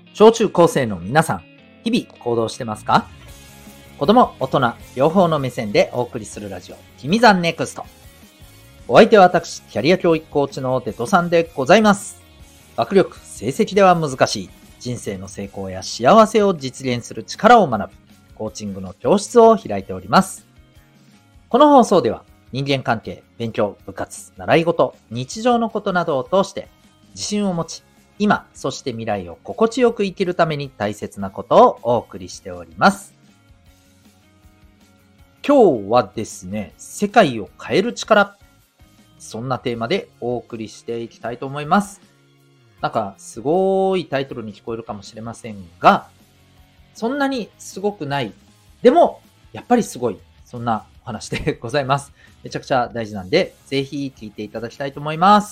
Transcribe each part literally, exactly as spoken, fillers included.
小中高生の皆さん、日々行動してますか？子供、大人、両方の目線でお送りするラジオ、君ザネクスト。お相手は私、キャリア教育コーチのデトさんでございます。学力、成績では難しい、人生の成功や幸せを実現する力を学ぶ、コーチングの教室を開いております。この放送では、人間関係、勉強、部活、習い事、日常のことなどを通して、自信を持ち、今、そして未来を心地よく生きるために大切なことをお送りしております。今日はですね、世界を変える力。そんなテーマでお送りしていきたいと思います。なんか、すごいタイトルに聞こえるかもしれませんが、そんなにすごくない。でも、やっぱりすごい。そんなお話でございます。めちゃくちゃ大事なんで、ぜひ聞いていただきたいと思います。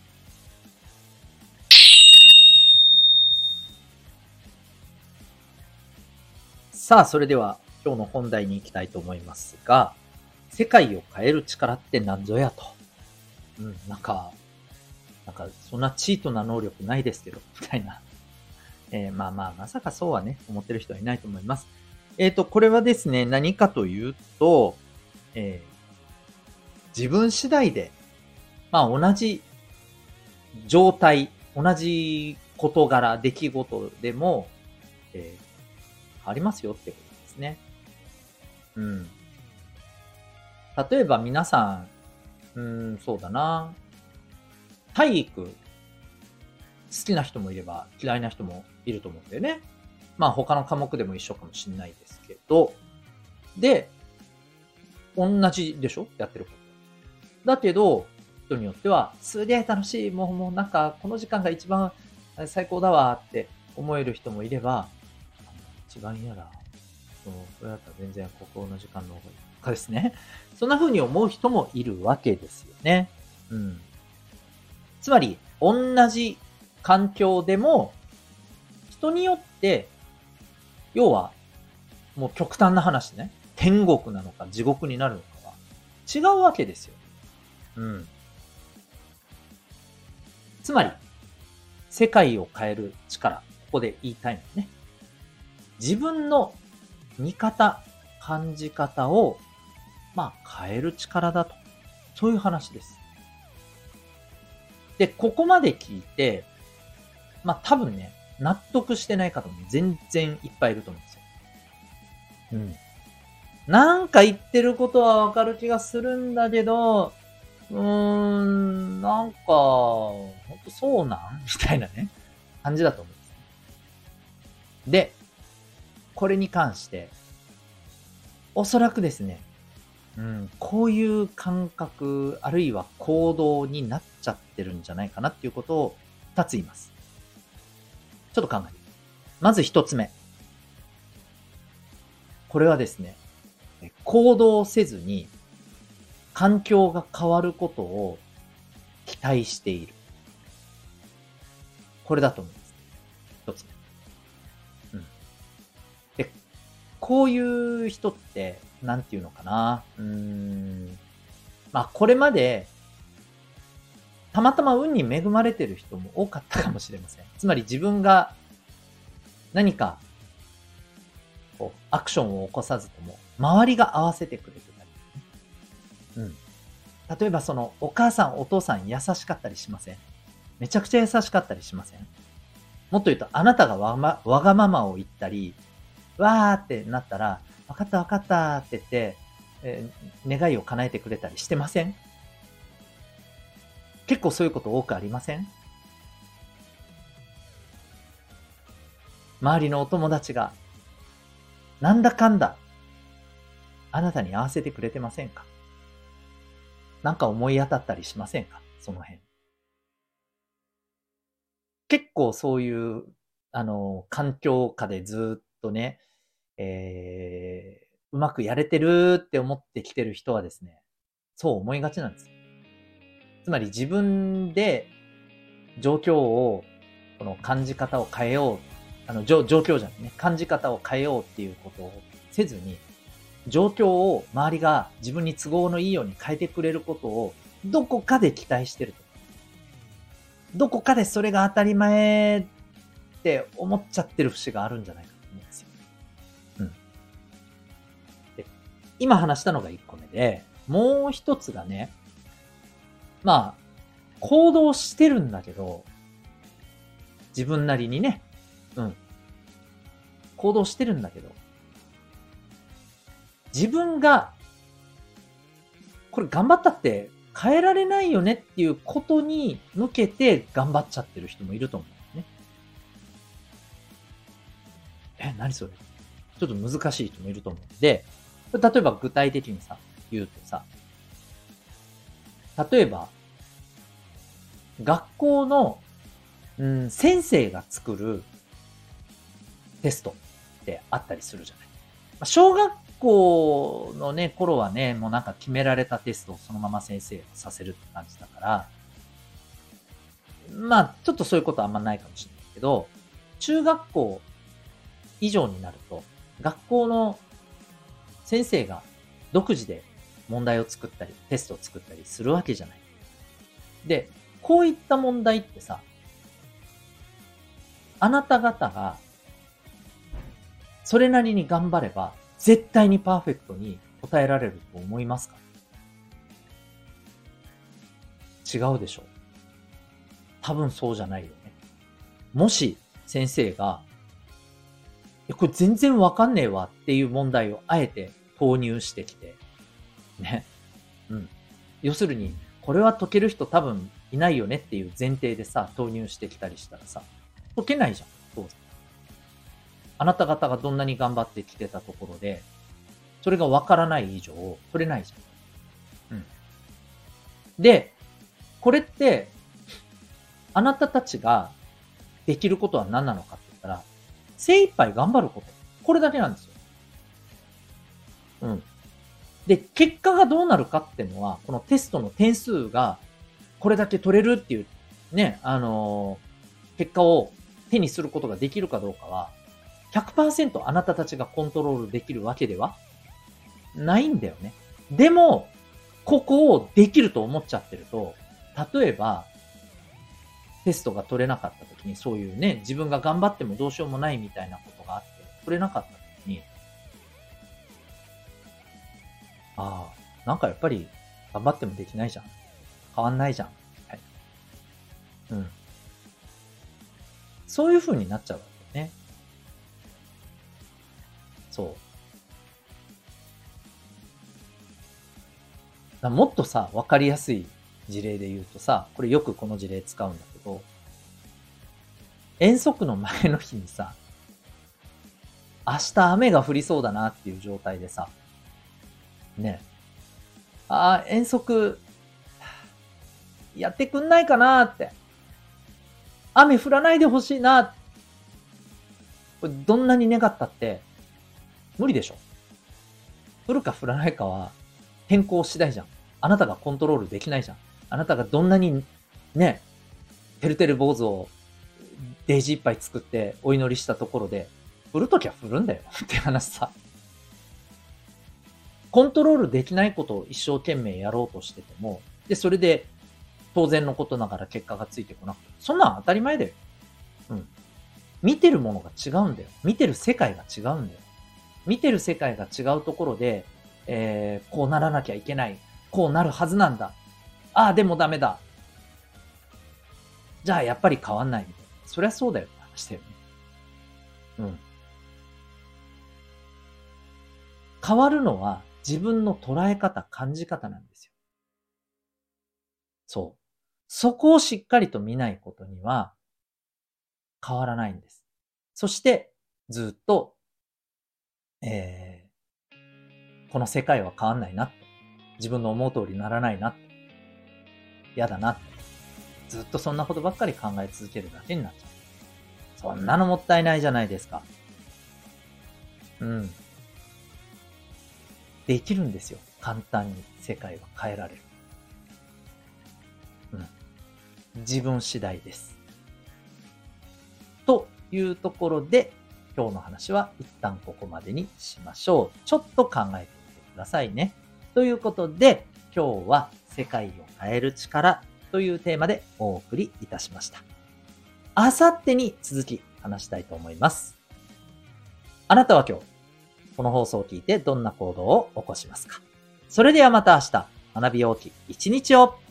さあ、それでは今日の本題に行きたいと思いますが、世界を変える力って何ぞやと。うん、なんか、なんか、そんなチートな能力ないですけど、みたいな。えーまあまあ、まさかそうはね、思ってる人はいないと思います。えっと、これはですね、何かというと、えー自分次第で、まあ同じ状態、同じ事柄、出来事でも、えー変わりますよってことですね。うん。例えば皆さん、うーん、そうだな。体育、好きな人もいれば嫌いな人もいると思うんだよね。まあ他の科目でも一緒かもしれないですけど、で、同じでしょやってること。だけど、人によっては、すげえ楽しい、もうもうなんかこの時間が一番え最高だわって思える人もいれば、あの一番嫌だ。そう、それだったら全然国語の時間の方がいいとかですね。そんな風に思う人もいるわけですよね。うん。つまり、同じ環境でも、人によって、要は、もう極端な話ね、天国なのか地獄になるのかは違うわけですよ。うん。つまり、世界を変える力、ここで言いたいのはね、自分の見方、感じ方を、まあ、変える力だと。そういう話です。で、ここまで聞いて、まあ多分ね、納得してない方も全然いっぱいいると思うんですよ。うん。なんか言ってることはわかる気がするんだけど、うーん、なんか、ほんとそうなんみたいなね、感じだと思うんですね。で、これに関して、おそらくですね、うん、こういう感覚、あるいは行動になっちゃってるんじゃないかなっていうことを二つ言います。ちょっと考えてみて。まず一つ目。これはですね、行動せずに環境が変わることを期待している。これだと思うんです。一つ目。うん。で、こういう人って、なんていうのかな。うーん。まあ、これまで、たまたま運に恵まれてる人も多かったかもしれません。つまり自分が何か、こう、アクションを起こさずとも、周りが合わせてくれてたり。うん。例えばその、お母さん、お父さん優しかったりしません？めちゃくちゃ優しかったりしません？もっと言うと、あなたがわま、わがままを言ったり、わーってなったら、わかったわかったって言って、えー願いを叶えてくれたりしてません？結構そういうこと多くありません？周りのお友達が、なんだかんだ、あなたに合わせてくれてませんか？なんか思い当たったりしませんか？その辺。結構そういう、あの、環境下でずっとね、えーうまくやれてるって思ってきてる人はですね、そう思いがちなんですよ。つまり自分で状況を、この感じ方を変えよう。あの、状状況じゃないね。感じ方を変えようっていうことをせずに、状況を周りが自分に都合のいいように変えてくれることを、どこかで期待してると。どこかでそれが当たり前って思っちゃってる節があるんじゃないかと思うんですよ。うん。で、今話したのがいっこめで、もう一つがね、まあ、行動してるんだけど、自分なりにね、うん、行動してるんだけど、自分が、これ頑張ったって変えられないよねっていうことに向けて頑張っちゃってる人もいると思うんですね。え、何それ？ちょっと難しい人もいると思うんで、例えば具体的にさ、言うとさ、例えば、学校の、うん、先生が作るテストってあったりするじゃない。まあ小学校のね、頃はね、もうなんか決められたテストをそのまま先生がさせるって感じだから、まあ、ちょっとそういうことはあんまないかもしれないけど、中学校以上になると、学校の先生が独自で問題を作ったり、テストを作ったりするわけじゃない。で、こういった問題ってさ、あなた方がそれなりに頑張れば、絶対にパーフェクトに答えられると思いますか？違うでしょう。多分そうじゃないよね。もし先生が、いやこれ全然わかんねえわっていう問題をあえて投入してきて、ね。うん。要するに、これは解ける人多分いないよねっていう前提でさ、投入してきたりしたらさ、解けないじゃん。当然。あなた方がどんなに頑張ってきてたところで、それがわからない以上、取れないじゃん。うん。で、これって、あなたたちができることは何なのかって言ったら、精一杯頑張ること。これだけなんですよ。うん。で、結果がどうなるかっていうのは、このテストの点数がこれだけ取れるっていう、ね、あのー結果を手にすることができるかどうかは、ひゃくパーセントあなたたちがコントロールできるわけではないんだよね。でも、ここをできると思っちゃってると、例えば、テストが取れなかった時に、そういうね、自分が頑張ってもどうしようもないみたいなことがあって、取れなかった時に、ああ、なんかやっぱり頑張ってもできないじゃん。変わんないじゃん。はい。うん。そういう風になっちゃうわけよね。そう。だもっとさ、わかりやすい事例で言うとさ、これよくこの事例使うんだけど、遠足の前の日にさ、明日雨が降りそうだなっていう状態でさ、ね、ああ、遠足、やってくんないかなって。雨降らないでほしいな。これどんなに願ったって、無理でしょ。降るか降らないかは、天候次第じゃん。あなたがコントロールできないじゃん。あなたがどんなに、ね、てるてる坊主をデージいっぱい作ってお祈りしたところで、降るときは降るんだよって話さ。コントロールできないことを一生懸命やろうとしてても、で、それで当然のことながら結果がついてこなくて、そんなん当たり前だよ。うん。見てるものが違うんだよ。見てる世界が違うんだよ。見てる世界が違うところで、えー、こうならなきゃいけない。こうなるはずなんだ。ああ、でもダメだ。じゃあやっぱり変わんないみたいな。そりゃそうだよって話だよね。うん。変わるのは自分の捉え方、感じ方なんですよ。そう。そこをしっかりと見ないことには変わらないんです。そして、ずっと、えー、この世界は変わんないなって。自分の思う通りにならないなって。嫌だなって。ずっとそんなことばっかり考え続けるだけになっちゃう。そんなのもったいないじゃないですか。うん。できるんですよ。簡単に世界は変えられる。うん。自分次第です。というところで、今日の話は一旦ここまでにしましょう。ちょっと考えてみてくださいね。ということで、今日は世界を変える力というテーマでお送りいたしました。あさってに続き、 話したいと思います。あなたは今日、この放送を聞いてどんな行動を起こしますか？それではまた明日、学び大きい一日を